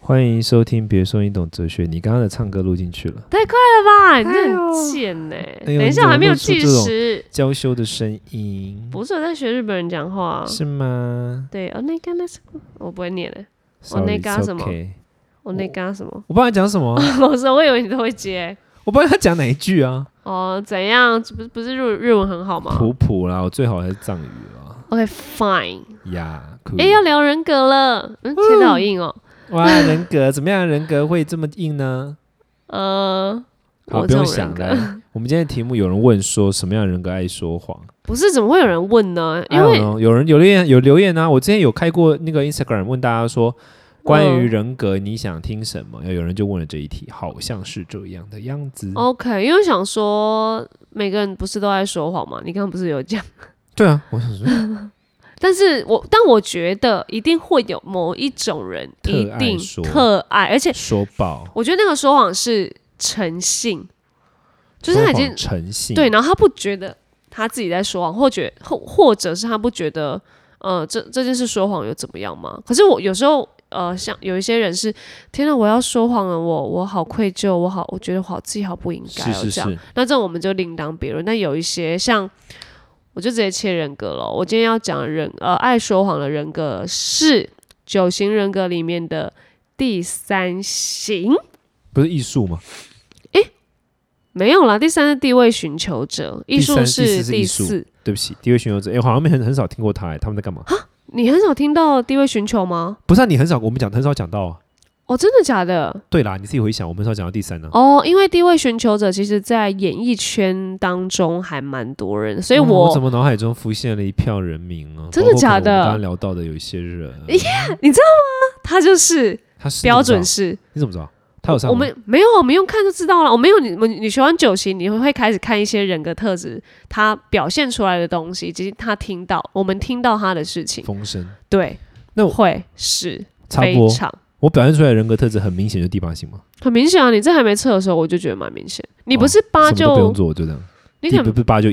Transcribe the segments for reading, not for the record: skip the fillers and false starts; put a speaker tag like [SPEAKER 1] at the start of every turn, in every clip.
[SPEAKER 1] 欢迎收听，别说你懂哲学。你刚刚的唱歌录进去了，
[SPEAKER 2] 太快了吧！你真的很贱呢、等一下，我还没有计时。
[SPEAKER 1] 娇羞的声音，
[SPEAKER 2] 不是我在学日本人讲话，
[SPEAKER 1] 是吗？
[SPEAKER 2] 对，那个我不会念的。
[SPEAKER 1] Sorry,
[SPEAKER 2] 那个什么？
[SPEAKER 1] okay.
[SPEAKER 2] 我那个什么？
[SPEAKER 1] 我不知道他讲什么、啊。
[SPEAKER 2] 我以为你都会接。
[SPEAKER 1] 我不知道他讲哪一句啊？
[SPEAKER 2] 哦，怎样？不是日文很好吗？
[SPEAKER 1] 普啦，我最好还是藏语啦。
[SPEAKER 2] OK, fine.
[SPEAKER 1] 呀，
[SPEAKER 2] 要聊人格了。切得好硬哦。
[SPEAKER 1] 哇，人格怎么样？人格会这么硬呢？好，不用想了。我们今天的题目有人问说，什么样的人格爱说谎？
[SPEAKER 2] 不是，怎么会有人问呢？因为
[SPEAKER 1] 有人有留言啊。我之前有开过那个 Instagram 问大家说，关于人格你想听什么？有人就问了这一题，好像是这样的样子。
[SPEAKER 2] OK， 因为我想说，每个人不是都爱说谎吗？你刚刚不是有讲？
[SPEAKER 1] 对啊，我想说。
[SPEAKER 2] 但我觉得一定会有某一种人一定特爱，而且
[SPEAKER 1] 说爆。
[SPEAKER 2] 我觉得那个说谎是诚信，就是他已经
[SPEAKER 1] 诚信，
[SPEAKER 2] 对，然后他不觉得他自己在说谎，或者是他不觉得这件事说谎有怎么样吗？可是我有时候像有一些人是，天哪，我要说谎了，我好愧疚，我觉得自己好不应该这样。那这种我们就另当别论。但有一些像。我就直接切人格了。我今天要讲爱说谎的人格是9型人格里面的第3型，
[SPEAKER 1] 不是艺术吗？
[SPEAKER 2] 没有啦，第3是地位寻求者，艺术是第4。
[SPEAKER 1] 对不起，地位寻求者，好像很少听过他，他们在干嘛？
[SPEAKER 2] 你很少听到地位寻求吗？
[SPEAKER 1] 不是、啊，我们很少讲到啊。
[SPEAKER 2] 哦，真的假的？
[SPEAKER 1] 对啦，你自己回想，我们很少讲到第3呢、
[SPEAKER 2] 因为地位寻求者其实在演艺圈当中还蛮多人，所以
[SPEAKER 1] 我怎么脑海中浮现了一票人名啊？
[SPEAKER 2] 真的假的？
[SPEAKER 1] 我们刚刚聊到的有一些人，
[SPEAKER 2] 你知道吗？他就是标准是，
[SPEAKER 1] 你怎么知道？他有上吗？
[SPEAKER 2] 我们没有，我们用看就知道了。我没有你学完9型，你会开始看一些人格特质，他表现出来的东西，以及我们听到他的事情。
[SPEAKER 1] 风声
[SPEAKER 2] 对，
[SPEAKER 1] 那
[SPEAKER 2] 会是非常。
[SPEAKER 1] 我表现出来的人格特质很明显，就是第8型吗？
[SPEAKER 2] 很明显啊！你这还没测的时候，我就觉得蛮明显。你不是8就、
[SPEAKER 1] 什么都不用做，就这样。你不是8就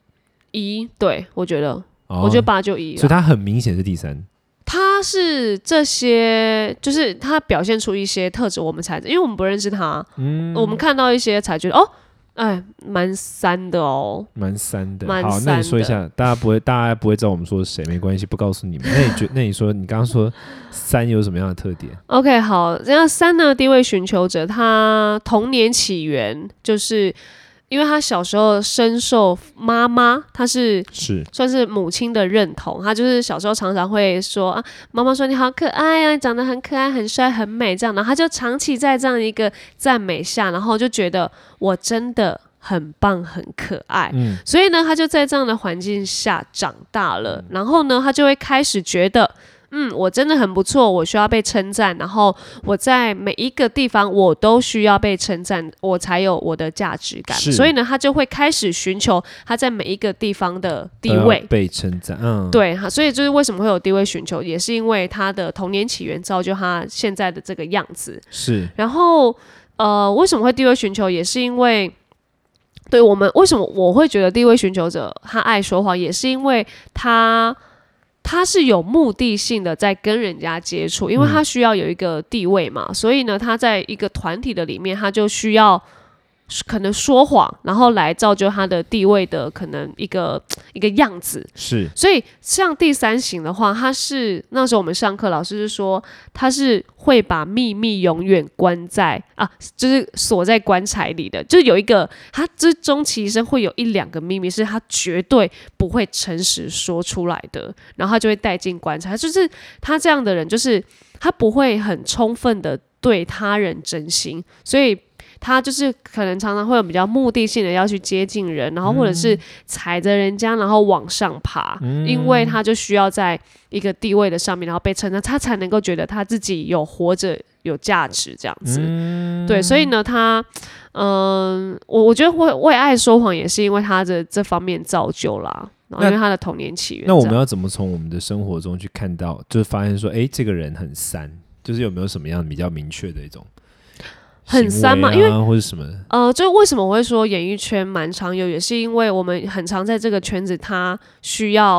[SPEAKER 1] 1，
[SPEAKER 2] 对，我觉得，我觉得8就1，
[SPEAKER 1] 所以他很明显是第3。
[SPEAKER 2] 他是这些，就是他表现出一些特质，我们才因为我们不认识他，我们看到一些才觉得蛮3的哦，
[SPEAKER 1] 蛮3的。好，那你说一下，大家不会知道我们说是谁，没关系，不告诉你们。那你说，你刚刚说3有什么样的特点
[SPEAKER 2] ？OK， 好，这样3呢，地位寻求者，他童年起源就是因为他小时候深受妈妈，他是算是母亲的认同，他就是小时候常常会说啊，妈妈说你好可爱啊，你长得很可爱、很帅、很美这样，然后他就长期在这样一个赞美下，然后就觉得我真的很棒、很可爱，所以呢，他就在这样的环境下长大了，然后呢，他就会开始觉得。我真的很不错，我需要被称赞，然后我在每一个地方我都需要被称赞，我才有我的价值感。所以呢，他就会开始寻求他在每一个地方的地位
[SPEAKER 1] 被称赞。
[SPEAKER 2] 对，所以就是为什么会有地位寻求，也是因为他的童年起源造就他现在的这个样子。
[SPEAKER 1] 是，
[SPEAKER 2] 然后为什么会地位寻求，也是因为。对我们为什么我会觉得地位寻求者他爱说谎，也是因为他是有目的性的在跟人家接触，因为他需要有一个地位嘛，所以呢，他在一个团体的里面，他就需要可能说谎，然后来造就他的地位的可能一个样子。
[SPEAKER 1] 是，
[SPEAKER 2] 所以像第3型的话，他是那时候我们上课老师是说，他是会把秘密永远关在就是锁在棺材里的，就有一个他这终其一生会有1-2个秘密是他绝对不会诚实说出来的，然后他就会带进棺材。就是他这样的人，就是他不会很充分的对他人真心，所以他就是可能常常会有比较目的性的要去接近人，然后或者是踩着人家然后往上爬，因为他就需要在一个地位的上面，然后被称赞，他才能够觉得他自己有活着有价值这样子。对，所以呢，他我觉得会爱说谎也是因为他的这方面造就啦。然后因为他的童年起源，
[SPEAKER 1] 那我们要怎么从我们的生活中去看到，就是发现说，这个人很3，就是有没有什么样比较明确的一种
[SPEAKER 2] 很3嘛？因为
[SPEAKER 1] 或者什么
[SPEAKER 2] 就为什么我会说演艺圈蛮常有，也是因为我们很常在这个圈子，他需要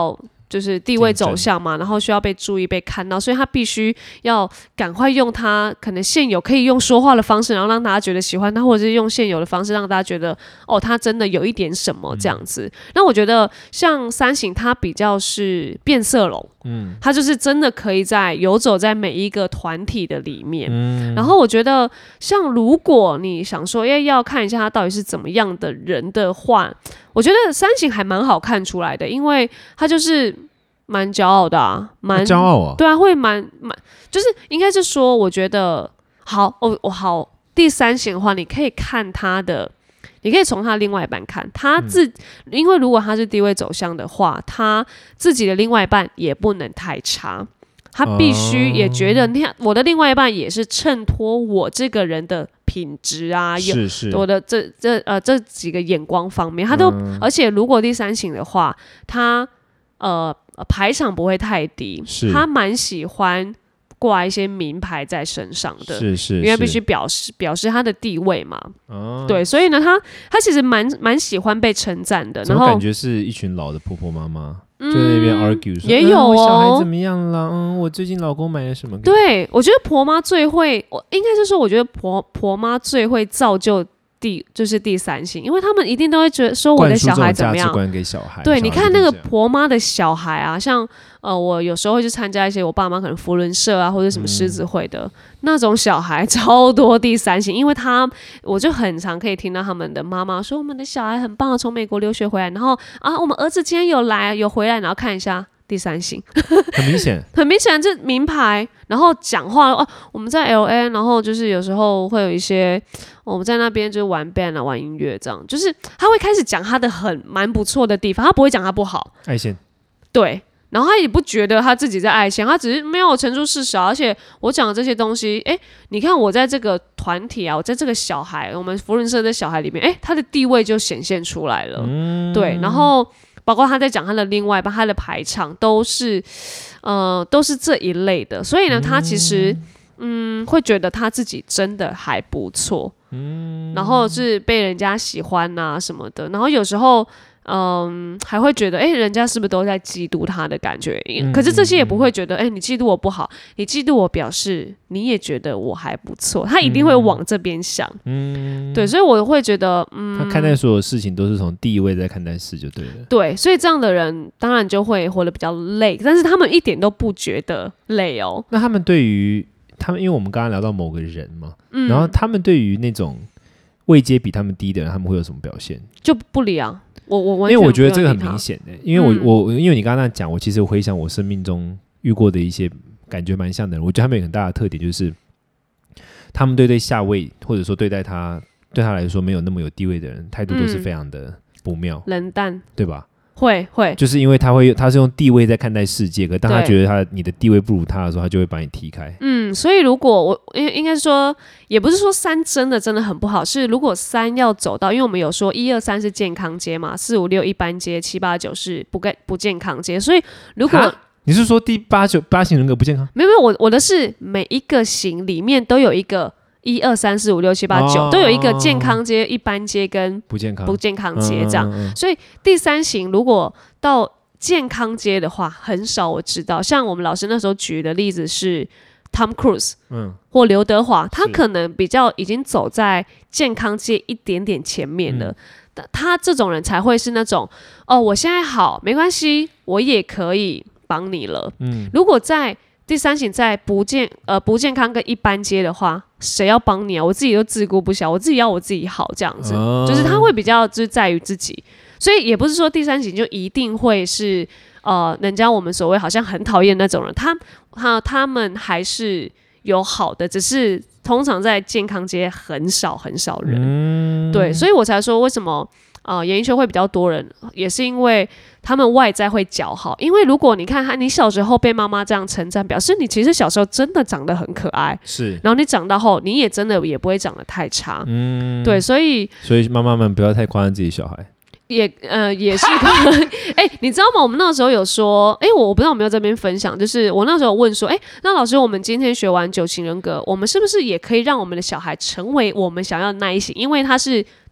[SPEAKER 2] 就是地位走向嘛，然后需要被注意、被看到，所以他必须要赶快用他可能现有可以用说话的方式，然后让大家觉得喜欢他，或者是用现有的方式让大家觉得哦，他真的有一点什么这样子。那我觉得像三型，他比较是变色龙，他就是真的可以游走在每一个团体的里面。然后我觉得，像如果你想说要看一下他到底是怎么样的人的话，我觉得三型还蛮好看出来的，因为他就是蛮骄傲的啊，蛮
[SPEAKER 1] 骄傲啊，
[SPEAKER 2] 对啊，会蛮就是应该是说，我觉得好，好，第三型的话，你可以看他的。你可以从他另外一半看他因为如果他是地位走向的话，他自己的另外一半也不能太差，他必须也觉得我的另外一半也是衬托我这个人的品质啊，
[SPEAKER 1] 是
[SPEAKER 2] 我的这几个眼光方面，他都而且如果第三型的话，他排场不会太低，他蛮喜欢挂一些名牌在身上的，
[SPEAKER 1] 是，
[SPEAKER 2] 因为必须表示他的地位嘛。对，所以呢，他其实蛮喜欢被称赞的。然后
[SPEAKER 1] 感觉是一群老的婆婆妈妈就在那边 argue 说，
[SPEAKER 2] 也有哦，
[SPEAKER 1] 我小孩怎么样啦？我最近老公买了什么？
[SPEAKER 2] 对，我觉得婆妈最会，应该是说，我觉得婆妈最会造就。就是第三型，因为他们一定都会觉得说我的小孩怎么样，
[SPEAKER 1] 灌输这种价值观给小孩。
[SPEAKER 2] 对，你看那个婆妈的小孩啊，像我有时候会去参加一些我爸妈可能扶轮社啊，或者什么狮子会的那种小孩，超多第三型，因为我就很常可以听到他们的妈妈说，我们的小孩很棒，从美国留学回来，然后我们儿子今天有回来，然后看一下。第三型
[SPEAKER 1] 很明显，
[SPEAKER 2] 很明显，这名牌，然后讲话我们在 LA， 然后就是有时候会有一些我们在那边就是玩 band 啊，玩音乐这样，就是他会开始讲他的蛮不错的地方，他不会讲他不好。
[SPEAKER 1] 爱线，
[SPEAKER 2] 对，然后他也不觉得他自己在爱线，他只是没有陈述事实，而且我讲的这些东西，你看我在这个团体啊，我在这个小孩，我们福伦社的小孩里面，他的地位就显现出来了。对，然后。包括他在讲他的另外一半，他的排场都是这一类的，所以呢，他其实会觉得他自己真的还不错，然后是被人家喜欢啊什么的，然后有时候还会觉得人家是不是都在嫉妒他的感觉？可是这些也不会觉得你嫉妒我不好，你嫉妒我表示你也觉得我还不错，他一定会往这边想。对，所以我会觉得
[SPEAKER 1] 他看待所有事情都是从地位在看待事就对了。
[SPEAKER 2] 对，所以这样的人当然就会活得比较累，但是他们一点都不觉得累哦。
[SPEAKER 1] 那他们对于因为我们刚刚聊到某个人嘛，然后他们对于那种位阶比他们低的人，他们会有什么表现？
[SPEAKER 2] 就不理啊。因
[SPEAKER 1] 为我觉得这个很明显的，因为因为你刚刚那讲，我其实回想我生命中遇过的一些感觉蛮像的人，我觉得他们有很大的特点，就是他们对下位或者说对他来说没有那么有地位的人，态度都是非常的不妙、
[SPEAKER 2] 冷淡，
[SPEAKER 1] 对吧？
[SPEAKER 2] 会，
[SPEAKER 1] 就是因为他是用地位在看待世界，可当他觉得你的地位不如他的时候，他就会把你踢开。
[SPEAKER 2] 所以如果应该说，也不是说3真的很不好，是如果3要走到，因为我们有说1、2、3是健康阶嘛，4、5、6一般阶，7、8、9是不健康阶，所以如果
[SPEAKER 1] 你是说第8型人格不健康？
[SPEAKER 2] 没有，我的是每一个型里面都有一个。1、2、3、4、5、6、7、8、9都有一个健康阶、一般阶跟不健康阶这样，所以第3型如果到健康阶的话，很少我知道。像我们老师那时候举的例子是 Tom Cruise，或刘德华，他可能比较已经走在健康阶一点点前面了。他这种人才会是那种我现在好没关系，我也可以帮你了。如果在第3型在不健康跟一般阶的话，谁要帮你啊？我自己都自顾不暇，我自己要我自己好这样子，就是他会比较就是在于自己，所以也不是说第3型就一定会是人家我们所谓好像很讨厌那种人，他们还是有好的，只是通常在健康阶很少人，对，所以我才说为什么演艺圈会比较多人，也是因为他们外在会姣好。因为如果你看你小时候被妈妈这样称赞，表示你其实小时候真的长得很可爱，是。然后你长大后，你也真的也不会长得太差，对，所以
[SPEAKER 1] 妈妈们不要太夸赞自己小孩。
[SPEAKER 2] 也是可能你知道吗？我们那时候有说，我不知道有没有这边分享，就是我那时候问说，那老师，我们今天学完9型人格，我们是不是也可以让我们的小孩成为我们想要的那一型？因为他是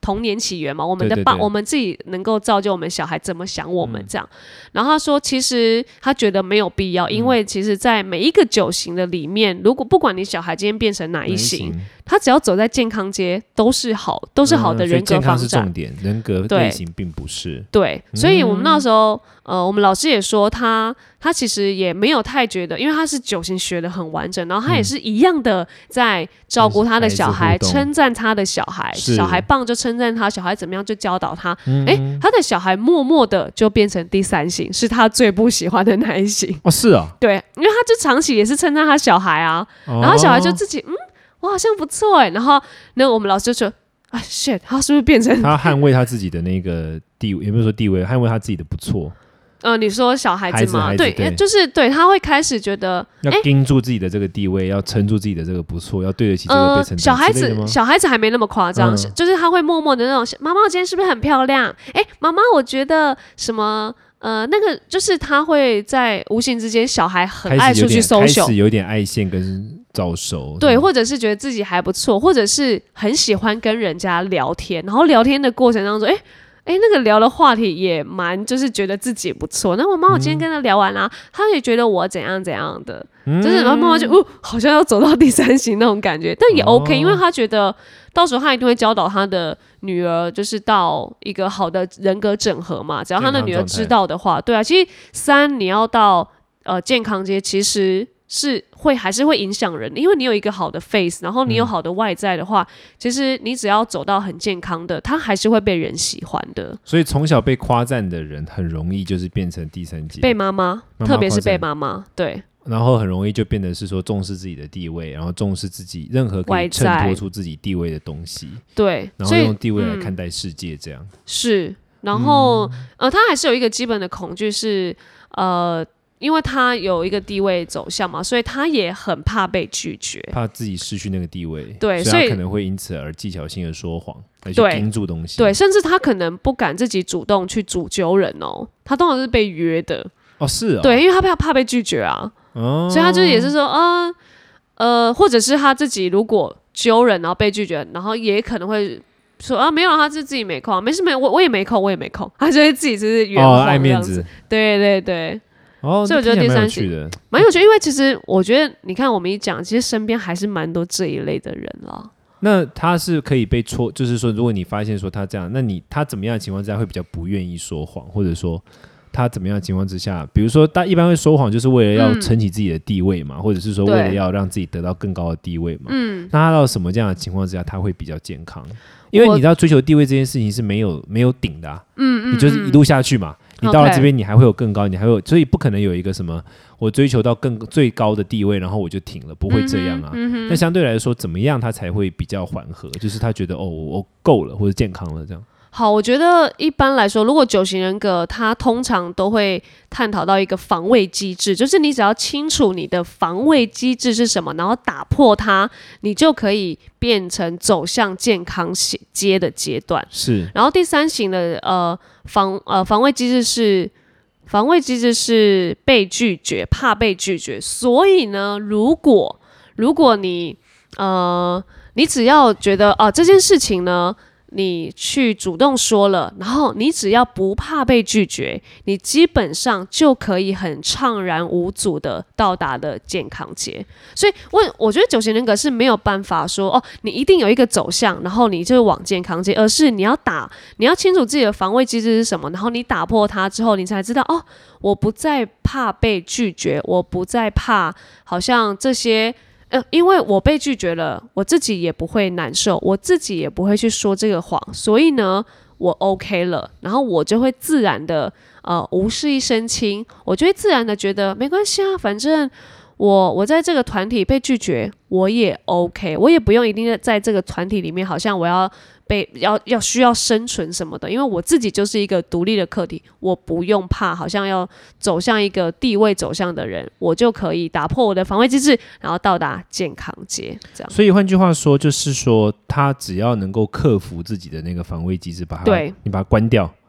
[SPEAKER 2] 童年起源嘛，我们
[SPEAKER 1] 对
[SPEAKER 2] 我们自己能够造就我们小孩怎么想我们这样。然后他说，其实他觉得没有必要，因为其实，在每一个九型的里面，如果不管你小孩今天变成哪一型，他只要走在健康街，都是好的人格发展。
[SPEAKER 1] 所以健康是重点，人格类型并不是。
[SPEAKER 2] 对，所以我们那时候，我们老师也说他其实也没有太觉得，因为他是九型学的很完整，然后他也是一样的在照顾他的小孩，称赞他的小孩，小孩棒就称赞他，小孩怎么样就教导他。他的小孩默默的就变成第三型，是他最不喜欢的那一型。
[SPEAKER 1] 哦，是啊，
[SPEAKER 2] 对，因为他就长期也是称赞他小孩啊，然后小孩就自己我好像不错哎，然后那我们老师就说啊 shit， 他是不是变成
[SPEAKER 1] 他捍卫他自己的那个地位，也没有说地位，捍卫他自己的不错。
[SPEAKER 2] 你说小孩子吗？
[SPEAKER 1] 对，
[SPEAKER 2] 就是对，他会开始觉得
[SPEAKER 1] 要盯住自己的这个地位，要撑住自己的这个不错，要对得起这个被称赞。
[SPEAKER 2] 小孩子还没那么夸张，就是他会默默的那种，妈妈我今天是不是很漂亮？妈妈我觉得什么那个就是他会在无形之间，小孩很爱出去social，
[SPEAKER 1] 开始有点爱现跟早熟，
[SPEAKER 2] 对，或者是觉得自己还不错，或者是很喜欢跟人家聊天，然后聊天的过程当中，那个聊的话题也蛮，就是觉得自己不错。那我妈妈今天跟他聊完啦，她也觉得我怎样怎样的，就是然后妈妈就好像要走到第三型那种感觉，但也 OK，因为她觉得到时候她一定会教导她的女儿，就是到一个好的人格整合嘛。只要她的女儿知道的话，对啊，其实3你要到健康街，其实还是会影响人，因为你有一个好的 face， 然后你有好的外在的话，其实你只要走到很健康的，他还是会被人喜欢的。
[SPEAKER 1] 所以从小被夸赞的人，很容易就是变成第三级，
[SPEAKER 2] 被妈妈，特别是被妈妈，对。
[SPEAKER 1] 然后很容易就变得是说重视自己的地位，然后重视自己任何可以衬托出自己地位的东西，
[SPEAKER 2] 对，
[SPEAKER 1] 然后用地位来看待世界，这样
[SPEAKER 2] 是。然后他还是有一个基本的恐惧是因为他有一个地位走向嘛，所以他也很怕被拒绝，
[SPEAKER 1] 怕自己失去那个地位，
[SPEAKER 2] 对，
[SPEAKER 1] 所以他可能会因此而技巧性的说谎，来去盯住东西，
[SPEAKER 2] 对，甚至他可能不敢自己主动去主揪人哦，他通常是被约的，
[SPEAKER 1] 是
[SPEAKER 2] 对，因为他怕被拒绝啊，所以他就也是说或者是他自己如果揪人然后被拒绝，然后也可能会说没有，他是自己没空，没事我也没空，他就会自己就是圆谎
[SPEAKER 1] 爱面子，
[SPEAKER 2] 对对对。所以我觉得第三型蛮有趣，因为其实我觉得你看我们一讲，其实身边还是蛮多这一类的人啦。
[SPEAKER 1] 那他是可以被戳，就是说如果你发现说他这样，那他怎么样的情况之下会比较不愿意说谎，或者说他怎么样的情况之下，比如说他一般会说谎就是为了要撑起自己的地位嘛，或者是说为了要让自己得到更高的地位嘛，那他到什么这样的情况之下他会比较健康？因为你知道追求地位这件事情是没有顶的你就是一路下去嘛，你到了这边你还会有更高，你还会所以不可能有一个什么我追求到最高的地位然后我就停了，不会这样啊。那相对来说怎么样他才会比较缓和，就是他觉得我够了或者健康了这样。
[SPEAKER 2] 好，我觉得一般来说，如果9型人格，它通常都会探讨到一个防卫机制，就是你只要清楚你的防卫机制是什么，然后打破它，你就可以变成走向健康阶的阶段。是。然后第3型的防卫机制是被拒绝，怕被拒绝。所以呢，如果你只要觉得这件事情呢，你去主动说了，然后你只要不怕被拒绝，你基本上就可以很畅然无阻的到达的健康阶。所以我觉得9型人格是没有办法说你一定有一个走向，然后你就往健康阶，而是你要清楚自己的防卫机制是什么，然后你打破它之后，你才知道我不再怕被拒绝，我不再怕好像这些。因为我被拒绝了，我自己也不会难受，我自己也不会去说这个谎，所以呢，我 OK 了，然后我就会自然的无事一身轻，我就会自然的觉得没关系啊，反正我在这个团体被拒绝，我也 OK， 我也不用一定在这个团体里面，好像我要需要生存什么的，因为我自己就是一个独立的客体，我不用怕好像要走向一个地位走向的人，我就可以打破我的防卫机制，然后到达健康阶这样。
[SPEAKER 1] 所以换句话说，就是说他只要能够克服自己的那个防卫机制，你把它关掉，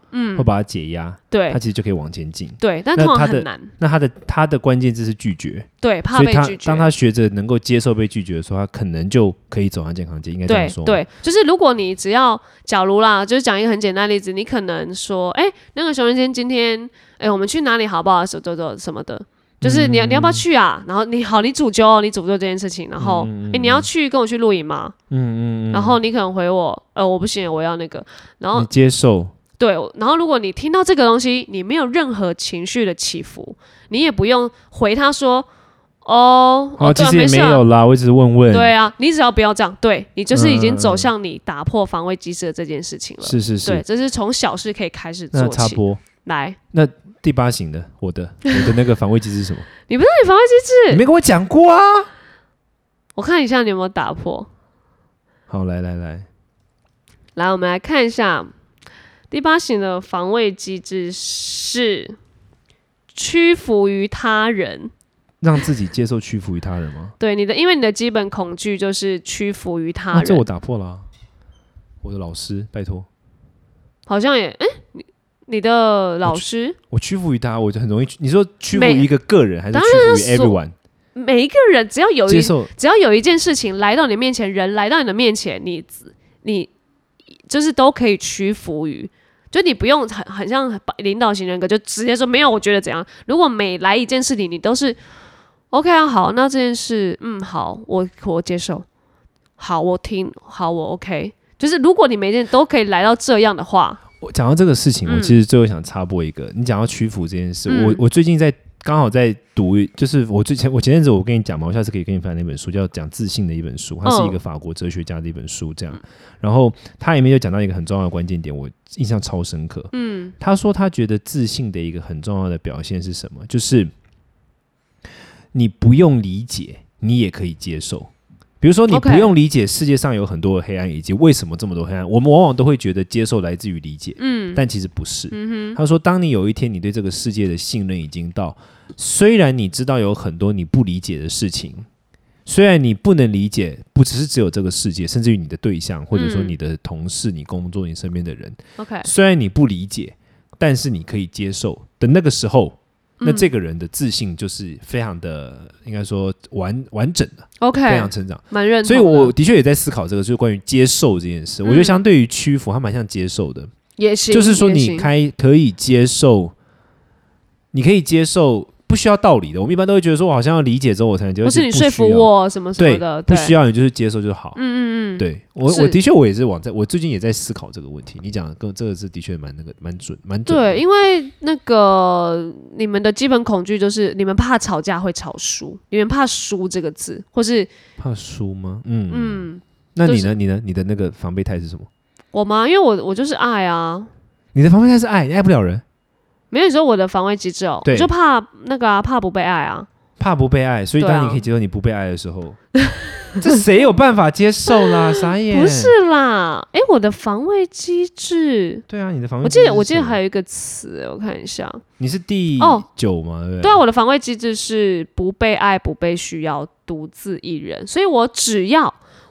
[SPEAKER 1] 会把它解压，
[SPEAKER 2] 对，
[SPEAKER 1] 它其实就可以往前进。
[SPEAKER 2] 对，但通常很难。
[SPEAKER 1] 那他的关键字是拒绝，
[SPEAKER 2] 对，怕被拒绝。
[SPEAKER 1] 当他学着能够接受被拒绝的时候，他可能就可以走上健康街，应该这样说。
[SPEAKER 2] 对，就是如果你只要，假如啦，就是讲一个很简单的例子，你可能说，那个熊仁谦今天，我们去哪里好不好？什么的。就是你要不要去啊？然后你主揪这件事情，然后你要去跟我去露营吗？然后你可能回我，我不行，我要那个，然后
[SPEAKER 1] 你接受。
[SPEAKER 2] 对，然后如果你听到这个东西，你没有任何情绪的起伏，你也不用回他说
[SPEAKER 1] 其实也没有啦，我只是问问。
[SPEAKER 2] 对啊，你只要不要这样，对你就是已经走向你打破防卫机制的这件事情了。
[SPEAKER 1] 是，
[SPEAKER 2] 对，这是从小事可以开始做起。
[SPEAKER 1] 那插播
[SPEAKER 2] 来，
[SPEAKER 1] 那第8型的我的那个防卫机制是什么？
[SPEAKER 2] 你不知道你防卫机制？
[SPEAKER 1] 你没跟我讲过啊！
[SPEAKER 2] 我看一下你有没有打破。
[SPEAKER 1] 好，来，
[SPEAKER 2] 我们来看一下第8型的防卫机制是屈服于他人，
[SPEAKER 1] 让自己接受屈服于他人吗？
[SPEAKER 2] 对，因为你的基本恐惧就是屈服于他人。
[SPEAKER 1] 这我打破了我的老师，拜托。
[SPEAKER 2] 好像也，你的老师，
[SPEAKER 1] 我屈服于他，我就很容易。你说屈服于一个个人，还是屈服于 everyone？
[SPEAKER 2] 每一个人只要有一件事情来到你面前，人来到你的面前，你就是都可以屈服于，就你不用很像领导型人格，就直接说没有，我觉得怎样。如果每来一件事情，你都是 OK 啊，好，那这件事，好，我接受，好，我听，好，我 OK。就是如果你每件都可以来到这样的话。
[SPEAKER 1] 我讲到这个事情，我其实最后想插播一个。你讲到屈服这件事，我最近刚好在读，就是我前阵子我跟你讲嘛，我下次可以跟你分享那本书，叫讲自信的一本书，它是一个法国哲学家的一本书，这样。然后它里面就讲到一个很重要的关键点，我印象超深刻。他说他觉得自信的一个很重要的表现是什么？就是你不用理解，你也可以接受。比如说，你不用理解世界上有很多的黑暗，以及为什么这么多黑暗，我们往往都会觉得接受来自于理解，但其实不是。他说，当你有一天你对这个世界的信任已经到，虽然你知道有很多你不理解的事情，虽然你不能理解，不只有这个世界，甚至于你的对象，或者说你的同事、你工作、你身边的人，虽然你不理解，但是你可以接受的那个时候。那这个人的自信就是非常的，应该说完整的
[SPEAKER 2] ，OK，
[SPEAKER 1] 非常成长，
[SPEAKER 2] 蛮认同的。
[SPEAKER 1] 所以我的确也在思考这个，就是关于接受这件事。我觉得相对于屈服，它蛮像接受的，
[SPEAKER 2] 也行。
[SPEAKER 1] 就是说你可以接受，你可以接受不需要道理的。我们一般都会觉得说，我好像要理解之后我才能接受，
[SPEAKER 2] 不是你说服我什么什么的，
[SPEAKER 1] 不需要你就是接受就好。对我的确我也是我最近也在思考这个问题。你讲的跟这个是的确蛮准的。
[SPEAKER 2] 对，因为那个你们的基本恐惧就是你们怕吵架会吵输，你们怕输这个字，或是
[SPEAKER 1] 怕输吗？那你呢？你的那个防备态是什么？
[SPEAKER 2] 我吗？因为我就是爱啊。
[SPEAKER 1] 你的防备态是爱，你爱不了人。
[SPEAKER 2] 没有，你说我的防卫机制我就怕那个怕不被爱啊。
[SPEAKER 1] 怕不被爱，所以当你可以接受你不被爱的时候，这谁有办法接受啦？傻眼！
[SPEAKER 2] 不是啦，我的防卫机制，
[SPEAKER 1] 对啊，你的防卫机制，
[SPEAKER 2] 我记得还有一个词，我看一下，
[SPEAKER 1] 你是第9吗？对不对？
[SPEAKER 2] 对啊，我的防卫机制是不被爱、不被需要、独自一人，所以我只要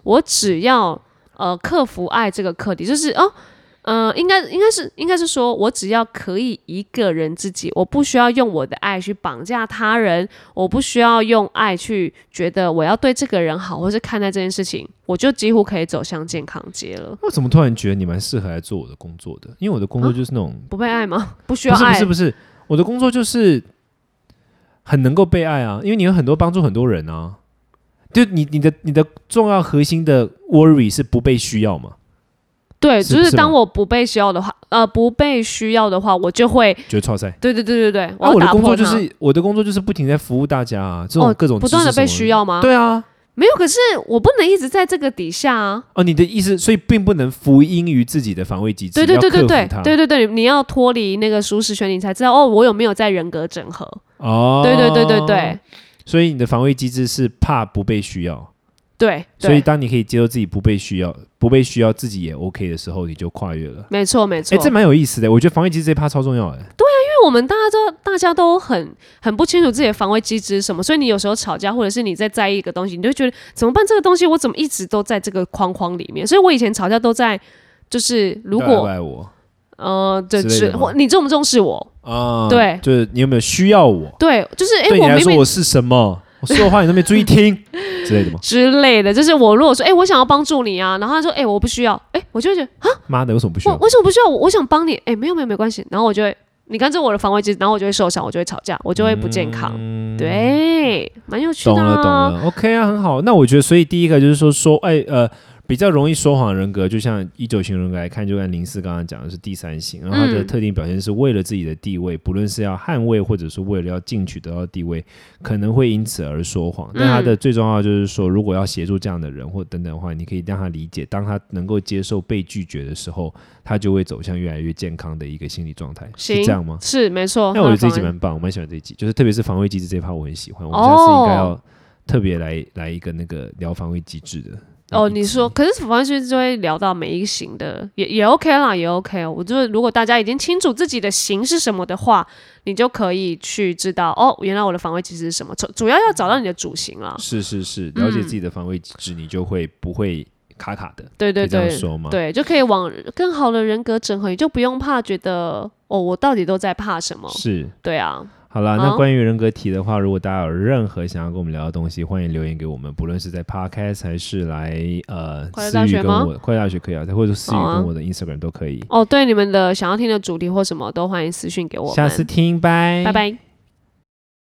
[SPEAKER 2] 克服爱这个课题，就是应该是说，我只要可以一个人自己，我不需要用我的爱去绑架他人，我不需要用爱去觉得我要对这个人好，或是看待这件事情，我就几乎可以走向健康街了。
[SPEAKER 1] 我怎么突然觉得你蛮适合来做我的工作的？因为我的工作就是那种
[SPEAKER 2] 不被爱吗？不需要爱？
[SPEAKER 1] 不是，我的工作就是很能够被爱啊，因为你有很多帮助很多人啊。就你的重要核心的 worry 是不被需要嘛？
[SPEAKER 2] 对，就是当我不被需要的话，我就会
[SPEAKER 1] 觉得超塞。
[SPEAKER 2] 对，
[SPEAKER 1] 我的工作就是不停在服务大家啊，这种各种
[SPEAKER 2] 不断的被需要吗？
[SPEAKER 1] 对啊，
[SPEAKER 2] 没有，可是我不能一直在这个底下啊。
[SPEAKER 1] 你的意思，所以并不能服膺于自己的防卫机制，
[SPEAKER 2] 对，你要脱离那个舒适圈，你才知道我有没有在人格整合。对，
[SPEAKER 1] 所以你的防卫机制是怕不被需要。
[SPEAKER 2] 对，
[SPEAKER 1] 所以当你可以接受自己不被需要自己也 OK 的时候，你就跨越了。
[SPEAKER 2] 没错，
[SPEAKER 1] 这蛮有意思的。我觉得防卫机制这一趴超重要的。
[SPEAKER 2] 对啊，因为我们大家都很不清楚自己的防卫机制是什么，所以你有时候吵架，或者是你在意一个东西，你就会觉得怎么办？这个东西我怎么一直都在这个框框里面？所以我以前吵架都在，就是如果
[SPEAKER 1] 爱我
[SPEAKER 2] 对，
[SPEAKER 1] 之类的吗
[SPEAKER 2] 你重不重视我？对，
[SPEAKER 1] 就是你有没有需要我？
[SPEAKER 2] 对，就是
[SPEAKER 1] 对你来
[SPEAKER 2] 我明明
[SPEAKER 1] 说我是什么？我说的话你都没注意听之类的吗？
[SPEAKER 2] 之类的，就是我如果说我想要帮助你啊，然后他说我不需要，我就会觉得啊，
[SPEAKER 1] 妈的，为什么不需要？
[SPEAKER 2] 为什么不需要我想帮你，没有没关系，然后我就会。你看，这我的防卫机制，然后我就会受伤，我就会吵架，我就会不健康。对，蛮有趣的、啊。
[SPEAKER 1] 懂了。OK 啊，很好。那我觉得，所以第一个就是说，比较容易说谎人格，就像19型人格来看，就跟04刚刚讲的是第3型，然后它的特定表现是为了自己的地位，不论是要捍卫，或者是为了要进取得到地位，可能会因此而说谎。但它的最重要就是说，如果要协助这样的人或等等的话，你可以让他理解，当他能够接受被拒绝的时候，他就会走向越来越健康的一个心理状态。是这样吗？
[SPEAKER 2] 是没错。
[SPEAKER 1] 那我觉得这一集蛮棒，我蛮喜欢这一集，就是特别是防卫机制这一趴，我很喜欢。我们下次应该要特别来一个那个聊防卫机制的。
[SPEAKER 2] 你说，可是防卫机制就会聊到每一型的，也 OK 啦，也 OK。我觉得如果大家已经清楚自己的型是什么的话，你就可以去知道原来我的防卫机制是什么。主要要找到你的主型啦。
[SPEAKER 1] 是，了解自己的防卫机制，你就会不会卡卡的。
[SPEAKER 2] 对，
[SPEAKER 1] 这样说吗？
[SPEAKER 2] 对，就可以往更好的人格整合，你就不用怕觉得我到底都在怕什么。
[SPEAKER 1] 是，
[SPEAKER 2] 对啊。
[SPEAKER 1] 好啦，那关于人格题的话，如果大家有任何想要跟我们聊的东西，欢迎留言给我们，不论是在 Podcast 还是来私语跟我快乐大学可以啊，或者私语跟我的 Instagram 都可以。
[SPEAKER 2] 对，你们的想要听的主题或什么都欢迎私讯给我们。
[SPEAKER 1] 下次听，拜
[SPEAKER 2] 拜。